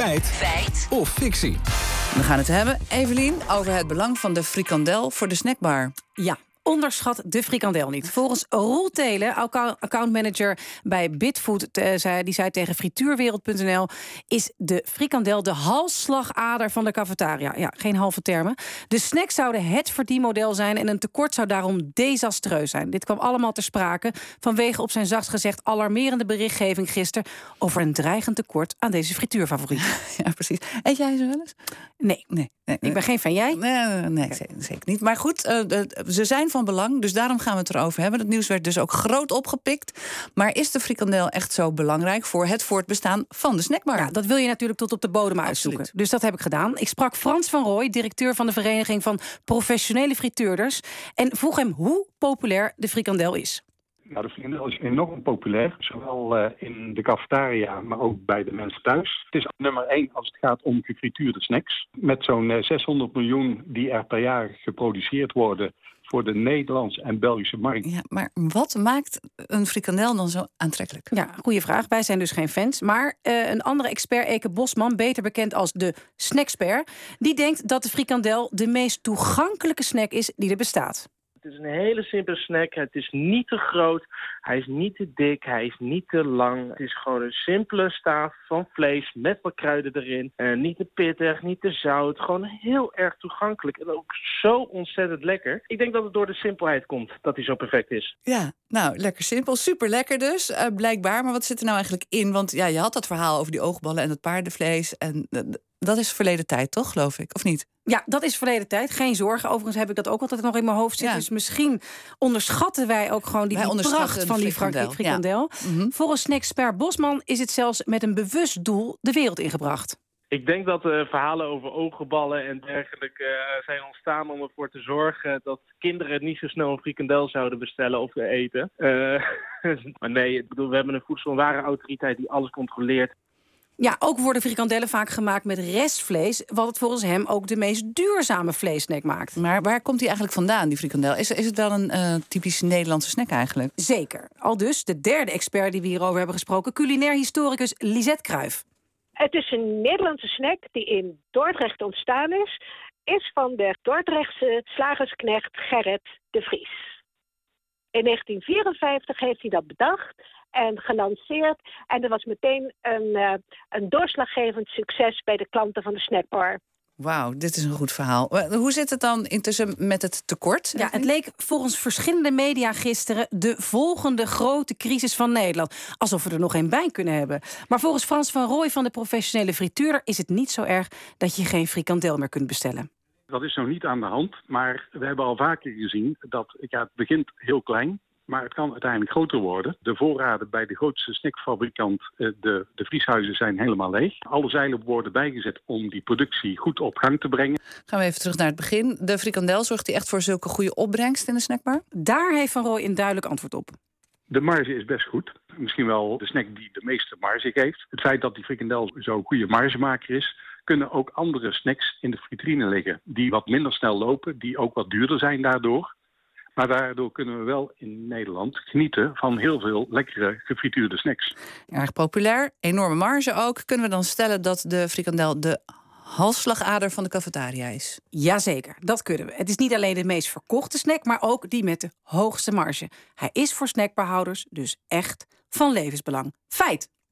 Feit of fictie? We gaan het hebben, Evelien, over het belang van de frikandel voor de snackbar. Ja. Onderschat de frikandel niet. Volgens Roel Telen, accountmanager bij Bitfood, die zei tegen frituurwereld.nl... is de frikandel de halsslagader van de cafetaria. Ja, geen halve termen. De snacks zouden het verdienmodel zijn en een tekort zou daarom desastreus zijn. Dit kwam allemaal ter sprake vanwege op zijn zachtst gezegd alarmerende berichtgeving gisteren over een dreigend tekort aan deze frituurfavoriet. Ja, precies. Eet jij ze wel eens? Nee. Ik ben geen fan. Jij? Nee, zeker niet. Maar goed, ze zijn van belang, dus daarom gaan we het erover hebben. Het nieuws werd dus ook groot opgepikt. Maar is de frikandel echt zo belangrijk voor het voortbestaan van de snackbar? Ja, dat wil je natuurlijk tot op de bodem uitzoeken. Absoluut. Dus dat heb ik gedaan. Ik sprak Frans van Rooij, directeur van de Vereniging van Professionele Frituurders, en vroeg hem hoe populair de frikandel is. Nou, de frikandel is enorm populair, zowel in de cafetaria, maar ook bij de mensen thuis. Het is nummer 1 als het gaat om gefrituurde snacks. Met zo'n 600 miljoen die er per jaar geproduceerd worden voor de Nederlandse en Belgische markt. Ja, maar wat maakt een frikandel dan zo aantrekkelijk? Ja, goede vraag. Wij zijn dus geen fans. Maar een andere expert, Eke Bosman, beter bekend als de snackspert, die denkt dat de frikandel de meest toegankelijke snack is die er bestaat. Het is een hele simpele snack. Het is niet te groot. Hij is niet te dik. Hij is niet te lang. Het is gewoon een simpele staaf van vlees met wat kruiden erin. Niet te pittig, niet te zout. Gewoon heel erg toegankelijk. En ook zo ontzettend lekker. Ik denk dat het door de simpelheid komt dat hij zo perfect is. Ja, nou, lekker simpel. Super lekker dus, blijkbaar. Maar wat zit er nou eigenlijk in? Want ja, je had dat verhaal over die oogballen en het paardenvlees. En dat is verleden tijd, toch, geloof ik? Of niet? Ja, dat is verleden tijd. Geen zorgen. Overigens heb ik dat ook altijd nog in mijn hoofd zitten. Ja. Dus misschien onderschatten wij ook gewoon die pracht van die frikandel. Ja. Mm-hmm. Volgens snackspert Bosman is het zelfs met een bewust doel de wereld ingebracht. Ik denk dat verhalen over oogballen en dergelijke zijn ontstaan om ervoor te zorgen dat kinderen niet zo snel een frikandel zouden bestellen of eten. Maar nee, ik bedoel, we hebben een voedsel- en warenautoriteit die alles controleert. Ja, ook worden frikandellen vaak gemaakt met restvlees, wat het volgens hem ook de meest duurzame vleessnack maakt. Maar waar komt die eigenlijk vandaan, die frikandel? Is het wel een typische Nederlandse snack eigenlijk? Zeker. Al dus de derde expert die we hierover hebben gesproken, culinair historicus Lisette Kruijf. Het is een Nederlandse snack die in Dordrecht ontstaan is van de Dordrechtse slagersknecht Gerrit de Vries. In 1954 heeft hij dat bedacht en gelanceerd. En dat was meteen een doorslaggevend succes bij de klanten van de snackbar. Wauw, dit is een goed verhaal. Hoe zit het dan intussen met het tekort? Ja, het leek volgens verschillende media gisteren de volgende grote crisis van Nederland. Alsof we er nog een bij kunnen hebben. Maar volgens Frans van Rooij van de Professionele Frituurder is het niet zo erg dat je geen frikandel meer kunt bestellen. Dat is nog niet aan de hand, maar we hebben al vaker gezien dat het begint heel klein. Maar het kan uiteindelijk groter worden. De voorraden bij de grootste snackfabrikant, de vrieshuizen, zijn helemaal leeg. Alle zeilen worden bijgezet om die productie goed op gang te brengen. Gaan we even terug naar het begin. De frikandel, zorgt die echt voor zulke goede opbrengst in de snackbar? Daar heeft Van Rooij een duidelijk antwoord op. De marge is best goed. Misschien wel de snack die de meeste marge geeft. Het feit dat die frikandel zo'n goede margemaker is, kunnen ook andere snacks in de vitrine liggen. Die wat minder snel lopen, die ook wat duurder zijn daardoor. Maar daardoor kunnen we wel in Nederland genieten van heel veel lekkere gefrituurde snacks. Erg populair, enorme marge ook. Kunnen we dan stellen dat de frikandel de halsslagader van de cafetaria is? Jazeker, dat kunnen we. Het is niet alleen de meest verkochte snack, maar ook die met de hoogste marge. Hij is voor snackbarhouders dus echt van levensbelang. Feit!